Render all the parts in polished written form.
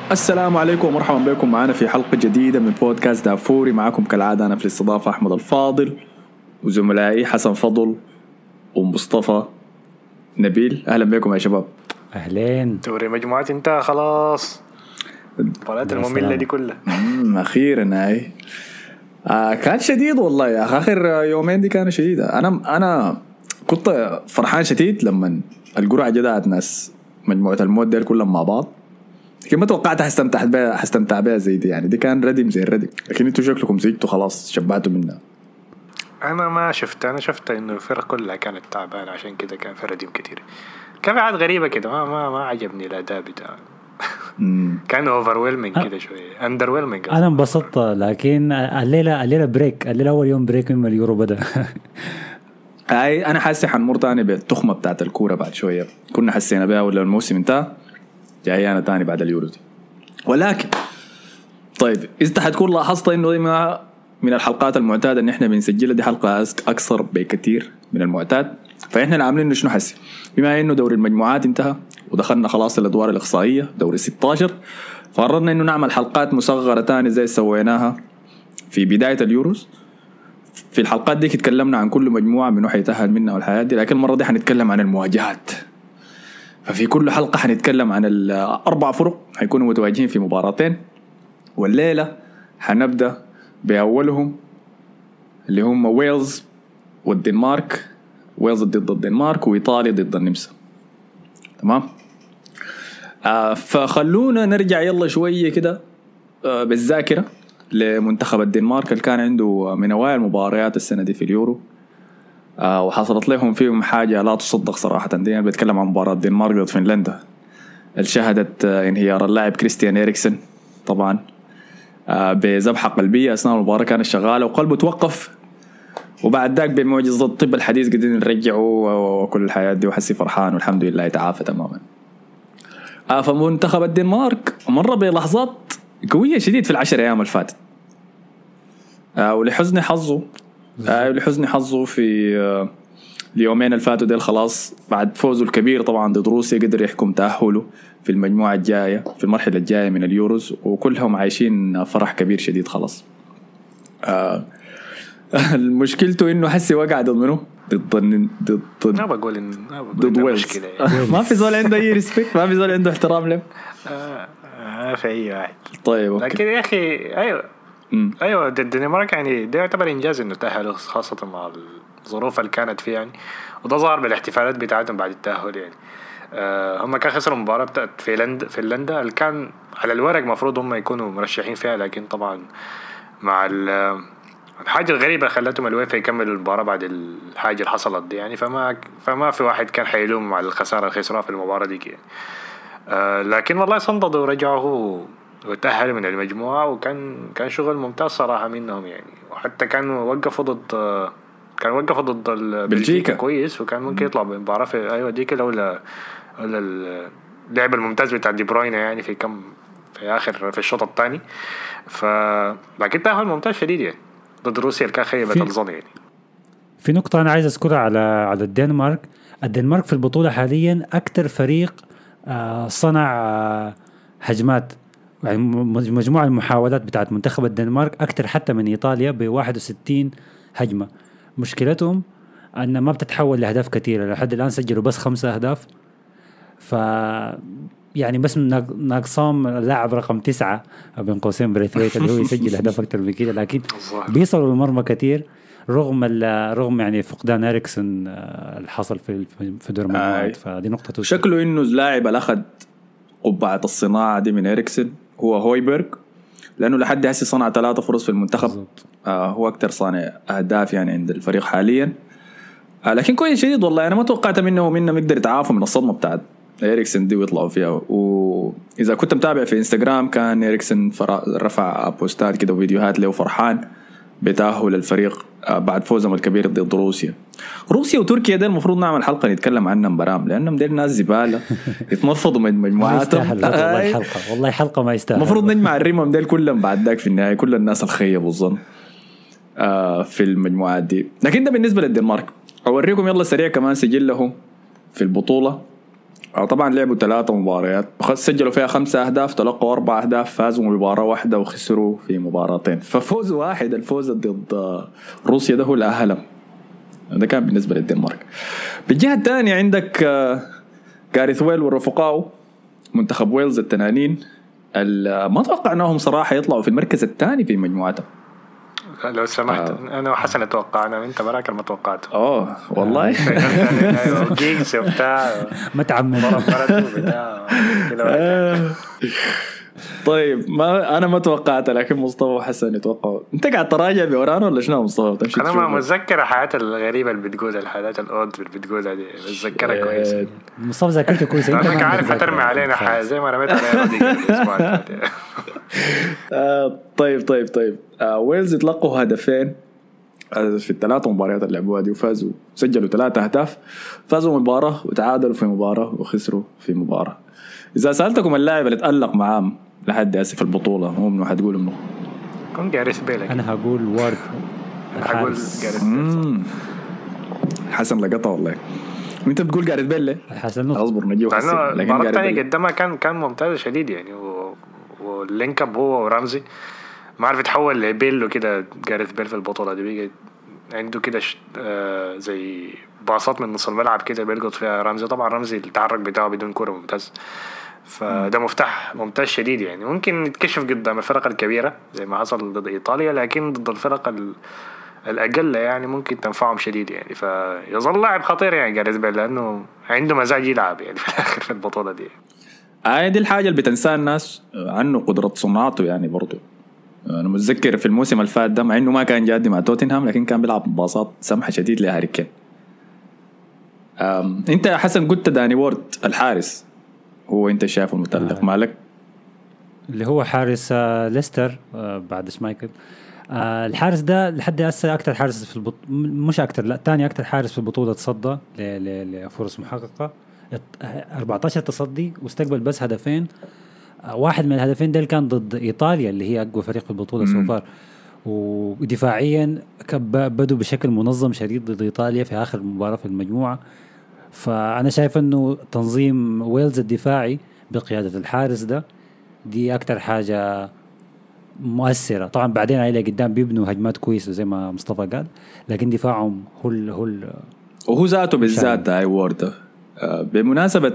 السلام عليكم ومرحبا بكم معنا في حلقة جديدة من بودكاست دافوري. معكم كالعادة أنا في الاستضافة أحمد الفاضل وزملائي حسن فضل ومصطفى نبيل. أهلا بكم يا شباب. أهلين. دوري مجموعات انتهى خلاص، المباريات المملة دي كلها. أخيرا هاي كان شديد والله يا أخي. آخر يومين دي كانوا شديدة. أنا كنت فرحان شديد لما القرعة جدعت ناس مجموعة الموت ديل كلهم مع بعض، لكن ما توقعت حستمتع بها زي دي. يعني دي كان ردم زي الردم، لكن انتوا شكلكم زيتوا خلاص شبعتوا منها. انا شفت انه الفرق كلها كانت تعبانه، عشان كده كان في رديم كتير. كان في عاد غريبه كده، ما عجبني الاداء بتاعه. كان اوفرويلمينج كده شويه، اندرويلمينج. انا انبسطت، لكن الليله بريك، الليله اول يوم بريك من اليورو بدا. هاي انا حاسس حنمر تاني بالتخمه بتاعت الكوره بعد شويه، كنا حسينا بها ولا الموسم انتهى جاي انا تاني بعد اليورو دي. ولكن طيب إذا حتكون لاحظت إنه من الحلقات المعتادة إن إحنا بنسجلها دي حلقة أكثر بكثير من المعتاد، فإحنا عاملين شنو حسي بما إنه دوري المجموعات انتهى ودخلنا خلاص الأدوار الإقصائية دوري 16، فقررنا إنه نعمل حلقات مصغرة تاني زي سويناها في بداية اليوروز. في الحلقات دي تكلمنا عن كل مجموعة منو حيتأهل منها والحياة دي، لكن المرة دي حنتكلم عن المواجهات. ففي كل حلقة حنتكلم عن الأربع فرق حيكونوا متواجهين في مباراتين، والليلة حنبدأ بأولهم اللي هم ويلز والدنمارك. ويلز ضد الدنمارك وإيطاليا ضد النمسا. تمام. فخلونا نرجع يلا شوية كده بالذاكرة لمنتخب الدنمارك اللي كان عنده من أوائل المباريات السنة دي في اليورو، وحصلت لهم فيهم حاجة لا تصدق صراحة. دي أنا بتكلم عن مباراة الدنمارك ضد فنلندا اللي شهدت انهيار اللاعب كريستيان إريكسن طبعا بذبحة قلبية أثناء المباراة كانت شغالة وقلبه توقف، وبعد ذاك بمعجزة الطب الحديث قدرنا نرجعه وكل الحياة دي وحسي فرحان والحمد لله يتعافى تماما. فمنتخب الدنمارك مر بلحظات قوية شديد في العشر أيام الفاتت، ولحزن حظه في اليومين الفاتوا ديل خلاص بعد فوزه الكبير طبعا ضد روسيا قدر يحكم تأهله في المجموعة الجاية في المرحلة الجاية من اليوروز، وكلهم عايشين فرح كبير شديد خلاص. المشكلته انه حسي وقع ضد منه ما بقول ان ضد ويلز. ما في زول عنده اي ريسبكت، ما في زول عنده احترام له. في اي واحد. طيب أوكي. لكن يا اخي ايوه الدنمارك يعني ده يعتبر انجاز انه تأهلوا، خاصة مع الظروف اللي كانت فيها يعني، وده ظهر بالاحتفالات بتاعتهم بعد التأهل يعني. هم كان خسروا المباراة بتاعت فنلندا اللي كان على الورق مفروض هم يكونوا مرشحين فيها، لكن طبعا مع الحاجة الغريبة خلتهم الويفا يكملوا المباراة بعد الحاجة اللي حصلت دي يعني. فما في واحد كان حيلوم على الخسارة اللي خسروها في المباراة دي يعني. لكن والله صنددوا ورجعوا وتأهلوا من المجموعة، وكان شغل ممتاز صراحة منهم يعني. وحتى كانوا وقفوا ضد بلجيكا كويس، وكان ممكن يطلع بمباراة في ديك لولا اللعب الممتاز بتاع دي بروين يعني في في الشوط الثاني. لكن تأهل ممتاز شديد يعني ضد روسيا اللي كان خيبة الظن يعني. في نقطة أنا عايز أذكرها على الدنمارك في البطولة حاليا أكتر فريق صنع هجمات، يعني مجموعة المحاولات بتاعت منتخب الدنمارك أكتر حتى من إيطاليا ب61 هجمة. مشكلتهم أن ما بتتحول لأهداف كثيرة، لحد الآن سجلوا بس 5 أهداف. يعني بس ناقصهم اللاعب رقم 9 بين قوسين بريثويت اللي هو يسجل أهداف أكتر من كده، لكن بيصلوا المرمى كثير رغم يعني فقدان إريكسن الحصل في دور المجموعات. فدي نقطة شكله إنه اللاعب اللي أخذ قبعة الصناعة دي من إريكسن هو هويبرغ، لأنه لحد هسه صنع 3 فرص في المنتخب. هو أكتر صانع أهداف يعني عند الفريق حاليا. لكن كويس شديد والله. أنا ما توقعت منهم يقدر يتعافوا من الصدمة بتاعت إريكسن دي ويطلعوا فيها. وإذا كنت متابع في إنستغرام كان إريكسن رفع بوستات كده وفيديوهات له فرحان بتأهل الفريق بعد فوزهم الكبير ضد روسيا وتركيا. ده المفروض نعمل حلقة نتكلم عنهم برام، لأنهم دي الناس زبالة يتنفضوا من مجموعاتهم. والله حلقة ما يستاهل. المفروض نجمع الرمم ديل كلهم بعد ذاك في النهاية، كل الناس الخيب والظن في المجموعات دي. لكن ده بالنسبة للدنمارك. أوريكم يلا سريع كمان سجلهم في البطولة طبعا لعبوا 3 مباريات، سجلوا فيها 5 أهداف، تلقوا 4 أهداف، فازوا مباراة واحدة وخسروا في مباراتين. ففوز واحد، الفوز ضد روسيا ده هو الأهلم. ده كان بالنسبة للدنمارك. بالجهة الثانية عندك غاريث ويل ورفقائه منتخب ويلز التنانين، ما توقع أنهم صراحة يطلعوا في المركز الثاني في مجموعتهم. لو سمحت انا وحسن اتوقعنا، انت براك ما توقعته. والله جيجز وبتاع ما تعمم بتاع طيب ما انا ما توقعت، لكن مصطفى وحسن يتوقعوا. انت قاعد تراجع بورانا ولا شنو مصطفى؟ تمشي انا ما متذكر الحياة الغريبة اللي بتقولها، الحالات الاود اللي بتقولها دي بتذكرها كويس. مصطفى ذاكرته كويس. انت عارف هترمي علينا حاجة زي ما رميت علينا الاسبوع. طيب ويلز يتلقوا هدفين في ال3 مباريات اللي لعبوها دي، وفازوا، سجلوا 3 أهداف، فازوا مباراة وتعادلوا في مباراة وخسروا في مباراة. إذا سألتكم اللاعب اللي تألق معاهم لحد هسه في البطولة هو منو؟ حتقولوا منو؟ كون جاريث بيل. أنا هقول وارد. أنا هقول جاريث بيل. حسن لقطة والله. وانت بتقول جاريث بيل ليه؟ حسن اصبر نجي وحسن. لكن المباراة الثانية قدمها كان ممتاز شديد يعني، واللينك اب هو ورمزي ما عرف يتحول لبيل وكده. جاريث بيل في البطولة دي بيجي عنده كده زي باصات من نص الملعب كده بيلقط فيها رمزي. طبعا رمزي التحرك بتاعه بدون كرة ممتاز، فده مفتاح ممتاز شديد يعني. ممكن يتكشف قدام الفرق الكبيرة زي ما حصل ضد إيطاليا، لكن ضد الفرق الأقل يعني ممكن تنفعهم شديد يعني. فيظل لاعب خطير يعني جاريث بيل، لأنه عنده مزاج يلعب يعني في الآخر في البطولة دي. دي الحاجة اللي بتنسى الناس عنه، قدرة صناعته يعني. برضو أنا متذكر في الموسم الفات ده، مع إنه ما كان جادي مع توتنهام، لكن كان بيلعب باصات سمحة شديد لهاري كين. أنت حسن قلت داني وورد الحارس، هو أنت شايفه المتألق مالك؟ اللي هو حارس ليستر بعد شمايكل. الحارس ده لحد هسه أكتر حارس في مش أكتر، لا تاني أكتر حارس في البطولة تصدى لفرص محققة، 14 تصدي واستقبل بس هدفين. واحد من الهدفين ده كان ضد إيطاليا اللي هي أقوى فريق في البطولة سوفار، ودفاعيا بدوا بشكل منظم شديد ضد إيطاليا في آخر مباراة في المجموعة. فأنا شايف أنه تنظيم ويلز الدفاعي بقيادة الحارس ده دي أكتر حاجة مؤثرة. طبعا بعدين على قدام بيبنوا هجمات كويسة زي ما مصطفى قال، لكن دفاعهم هو وهو ذاته بالذات هاي وورد. بمناسبة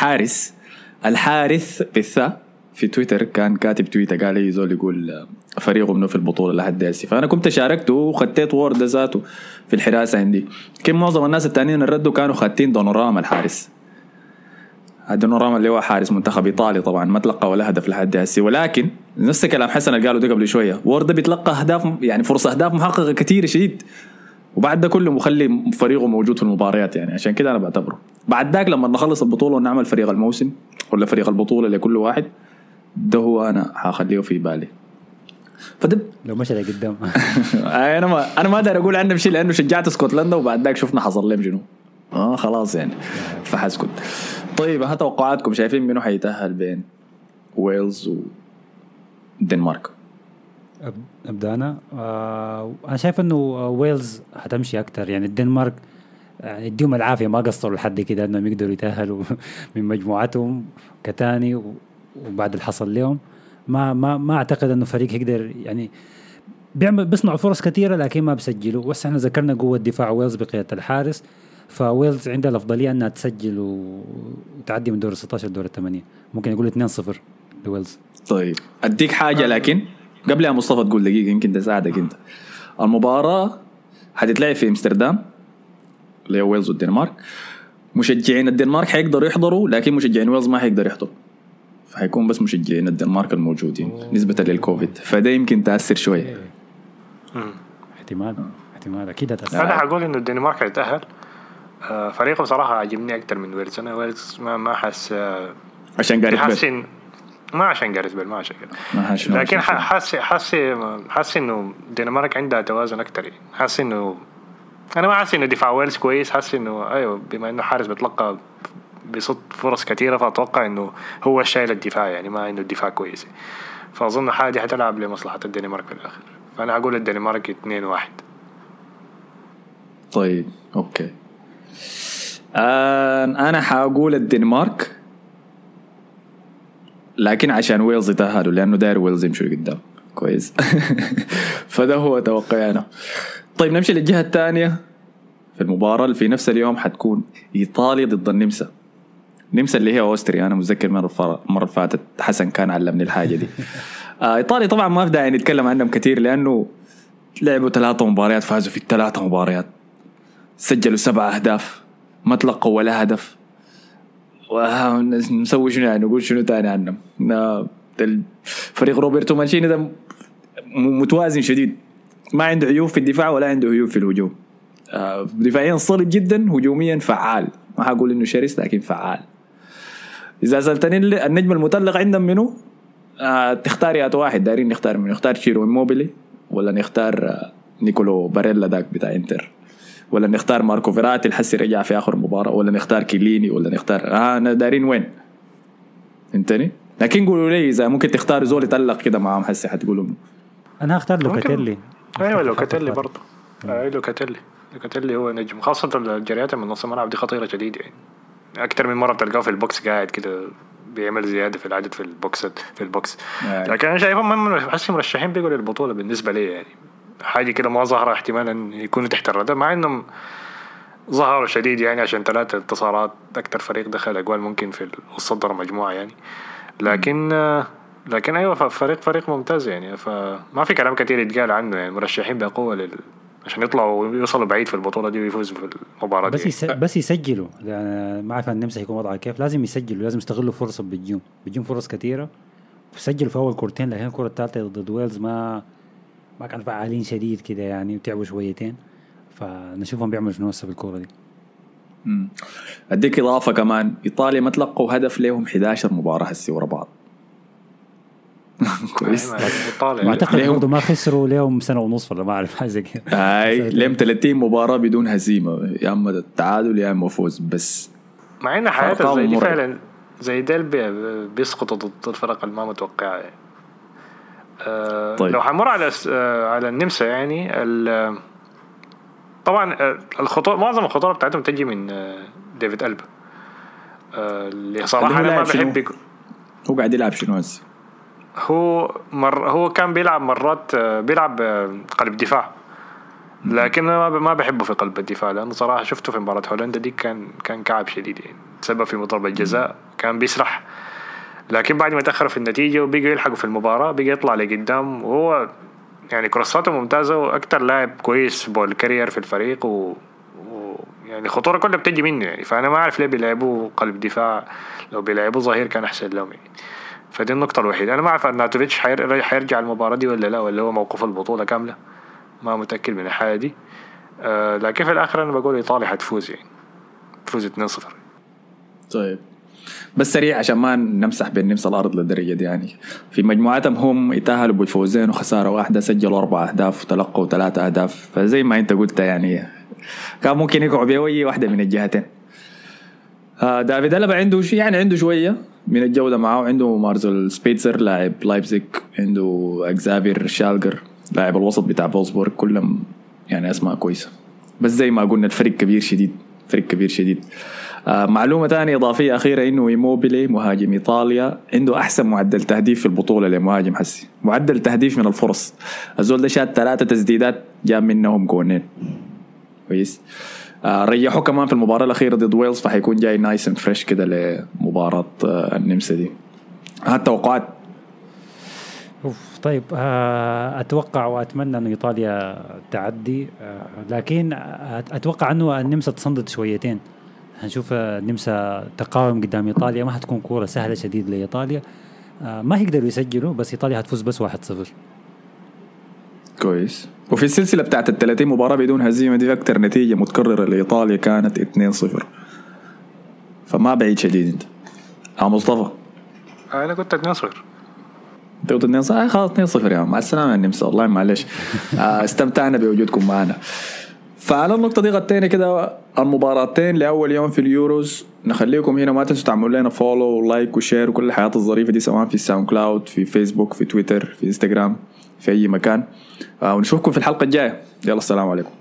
الحارث بالثاء في تويتر كان كاتب تويتر قال لي زول يقول فريقه منه في البطولة لحد هسه، فأنا كنت شاركته وخدت وورد ذاته في الحراسة عندي. كم معظم الناس التانيين الردوا كانوا خدتين دونوراما الحارس. دونوراما اللي هو حارس منتخب إيطالي طبعا ما تلقى ولا هدف لحد هسه، ولكن نفس كلام حسن اللي قالوا ده قبل شوية، وورد بيتلقى أهداف يعني فرصة أهداف محققة كتير شديد، وبعد ده كله مخلي فريقه موجود في المباريات يعني. عشان كده أنا بعتبره بعد ذاك لما نخلص البطولة ونعمل فريق الموسم ولا فريق البطولة لكل واحد ده هو أنا هخليه في بالي. فده لو مشى لقدام أنا ما أقدر أقول عنه بشيء لأنه شجعت اسكتلندا وبعد ذاك شفنا حصل لهم شنو. خلاص يعني فحسكت. طيب ها توقعاتكم، شايفين منو حيتأهل بين ويلز والدنمارك؟ أبدأ أنا. أنا شايف إنه ويلز هتمشي أكتر يعني. الدنمارك يعني اديهم العافية ما قصروا لحد كده إنهم يقدروا يتأهلوا من مجموعتهم كتاني، وبعد اللي حصل لهم ما أعتقد إنه فريق يقدر يعني بيصنعوا فرص كثيرة لكن ما بيسجلوا. بس احنا ذكرنا قوة دفاع ويلز بقيادة الحارس، فويلز عندها الأفضلية أنها تسجل وتعدي من دور 16 دور 8. ممكن يقول 2-0 لويلز. طيب أديك حاجة لكن قبل يا مصطفى تقول دقيقة يمكن تساعدك أنت. المباراة هتتلعب في أمستردام اللي هو ويلز والدنمارك. مشجعين الدنمارك حيقدروا يحضروا لكن مشجعين ويلز ما حيقدروا يحضروا، فهيكون بس مشجعين الدنمارك الموجودين نسبة للكوفيد، فده يمكن تأثر شوية. احتمال أكيد هتأثر. أنا هقول إنه الدنمارك هيتأهل. فريقه بصراحة عجبني أكتر من ويلز. أنا ويلز ما حس عشان جاريث بيل، ما عشان جاريث بيل، ما عشان كده، لكن حس إنه الدنمارك عندها توازن أكتر. حس إنه أنا ما حس إنه دفاع ويلز كويس، حس إنه أيوة بما إنه حارس بيتلقى بصد فرص كثيرة، فأتوقع إنه هو الشايل الدفاع يعني، ما إنه الدفاع كويس. فأظن حاجة حتلعب لمصلحة الدنمارك في الآخر، فأنا أقول الدنمارك 2-1. طيب أوكي. انا حاقول الدنمارك، لكن عشان ويلز يتأهلوا لانه داير ويلز يمشوا قدام كويس. فده هو توقعي انا. طيب نمشي للجهة الثانية في المباراة اللي في نفس اليوم حتكون إيطاليا ضد النمسا. النمسا اللي هي أوستريا، أنا متذكر مرة اللي فاتت حسن كان علمني الحاجة دي. إيطاليا طبعا ما في داعي نتكلم عنهم كتير لأنه لعبوا 3 مباريات فازوا في 3 مباريات، سجلوا 7 أهداف، ما تلقوا ولا هدف. نسوي شنو يعني، نقول شنو تاني عنهم؟ فريق روبرتو مانشيني ده متوازن شديد، ما عنده عيوب في الدفاع ولا عنده عيوب في الهجوم. دفاعيا صلب جدا، هجوميا فعال، ما هقول انه شرس لكن فعال. اذا سألتني النجم المتألق عندهم منه، تختار يا واحد، دايرين نختار منه، نختار شيرو إيموبيلي ولا نختار نيكولو باريلا داك بتاع انتر، ولا نختار ماركو فيراتي الحسي رجع في اخر مباراة، ولا نختار كيليني، ولا نختار انا دايرين وين انتني. لكن قولوا لي اذا ممكن تختار زول يتألق كده معهم حسي حتقولوا انا هختار لوكاتيلي. ايوه لوكاتيلي برضه. لوكاتيلي هو نجم، خاصة الجريات من نص الملعب دي خطيرة جديد يعني. أكتر من مرة بتلقاه في البوكس قاعد كده بيعمل زيادة في العدد في البوكس. لكن أنا شايفهم من حسي مرشحين بيقولوا البطولة بالنسبة لي يعني. حاجة كده ما ظهر احتمال أن يكونوا تحت الردى، مع إنهم ظهروا شديد يعني عشان 3 انتصارات، أكتر فريق دخل أجوال ممكن في الصدر مجموعة يعني. لكن أيوة فريق ممتاز يعني، فما في كلام كتير يتقال عنه يعني. مرشحين بقوة عشان يطلعوا ويوصلوا بعيد في البطولة دي ويفوزوا في المباراة دي. بس يسجلوا يعني. ما أعرف النمسا هيكون وضعها كيف، لازم يسجلوا، لازم يستغلوا فرصة بيجون فرص كثيرة وسجلوا في أول كورتين. لكن الكرة الثالثة ضد ويلز ما كانوا فعالين شديد كده يعني، وتعبوا شويتين، فنشوفهم بيعملوا شنو في الكرة دي. أديك إضافة كمان، إيطاليا ما تلقوا هدف لهم 11 مباراة هسي ورا بعض. كويس. ما أعتقد برضو ما خسروا لهم 1.5 سنة ولا ما أعرف حاجة كده. لهم 30 مباراة بدون هزيمة، يا أما التعادل يا أما فوز بس. مع إن حياته زي دي فعلا زي ديل بيسقطوا ضد الفرق اللي ما متوقعة يعني. طيب. لو حنمر على النمسا يعني طبعا الخطوة، معظم الخطوة بتاعتهم تجي من ديفيد ألبا اللي صراحة أنا ما بحب. هو قاعد يلعب شنو هسه؟ هو كان بيلعب مرات بيلعب قلب دفاع، لكن ما بحبه في قلب الدفاع، لأنه صراحة شفته في مباراة هولندا دي كان كعب شديد يعني، تسبب في ضربة جزاء، كان بيسرح. لكن بعد ما تأخروا في النتيجة وبيجوا يلحقوا في المباراة بيجي يطلع لقدام، وهو يعني كروساته ممتازة وأكتر لاعب كويس بول كارير في الفريق يعني خطورة كلها بتجي منه يعني. فأنا ما أعرف ليه بيلعبوا قلب دفاع، لو بيلعبوا ظهير كان أحسن لهم يعني. فدي النقطة الوحيدة. أنا ما أعرف أرناتوفيتش حيرجع المباراة دي ولا لا، ولا هو موقف البطولة كاملة، ما متأكد من الحاجة دي. لكن في الآخر أنا بقول إيطاليا حتفوز يعني، تفوز 2-0. طيب بس سريع عشان ما نمسح بالنمسا الأرض للدرجة دي يعني. في مجموعاتهم هم يتأهلوا بفوزين وخسارة واحدة، سجلوا 4 أهداف وتلقوا 3 أهداف، فزي ما أنت قلت يعني كان ممكن يقعوا بأي واحدة من الجهتين. دافيد ألبا عنده شيء يعني، عنده شوية من الجودة معه، عنده مارزل سبيتزر لاعب لايبزيج، عنده أكزافير شالجر لاعب الوسط بتاع فولسبورغ، كلهم يعني أسماء كويسة. بس زي ما قلنا الفريق كبير شديد. معلومة تانية إضافية أخيرة، إنه إيموبيلي مهاجم إيطاليا عنده أحسن معدل تهديف في البطولة لمهاجم حسي، معدل تهديف من الفرص. الزول ده شاد 3 تسديدات جاب منهم جونين كويس. ريحوا كمان في المباراة الأخيرة ضد ويلز، فحيكون جاي نايس اند فريش كده لمباراة النمسا دي. هالتوقعات. طيب أتوقع وأتمنى أن إيطاليا تعدي، لكن أتوقع أنه النمسا تصندت شويتين. هنشوف النمسا تقاوم قدام إيطاليا، ما هتكون كورة سهلة شديد لإيطاليا، ما يقدروا يسجلوا، بس إيطاليا هتفوز بس 1-0 كويس. وفي السلسلة بتاعت 30 مباراة بدون هزيمة دي أكتر نتيجة متكررة لإيطاليا كانت 2-0، فما بعيد شديد. انت مصطفى؟ أنا كنت 2-0. انت قلت 2-0؟ خلاص 2-0 يا مع السلامة النمسا، والله معلش. استمتعنا بوجودكم معنا. فعلى النقطة دي غطينا كده المباراتين لأول يوم في اليوروز. نخليكم هنا، ما تنسوا تعملوا لنا فولو ولايك وشير وكل الحياة الظريفة دي، سواء في الساوند كلاود، في فيسبوك، في تويتر، في انستغرام، في أي مكان. ونشوفكم في الحلقة الجاية. يلا السلام عليكم.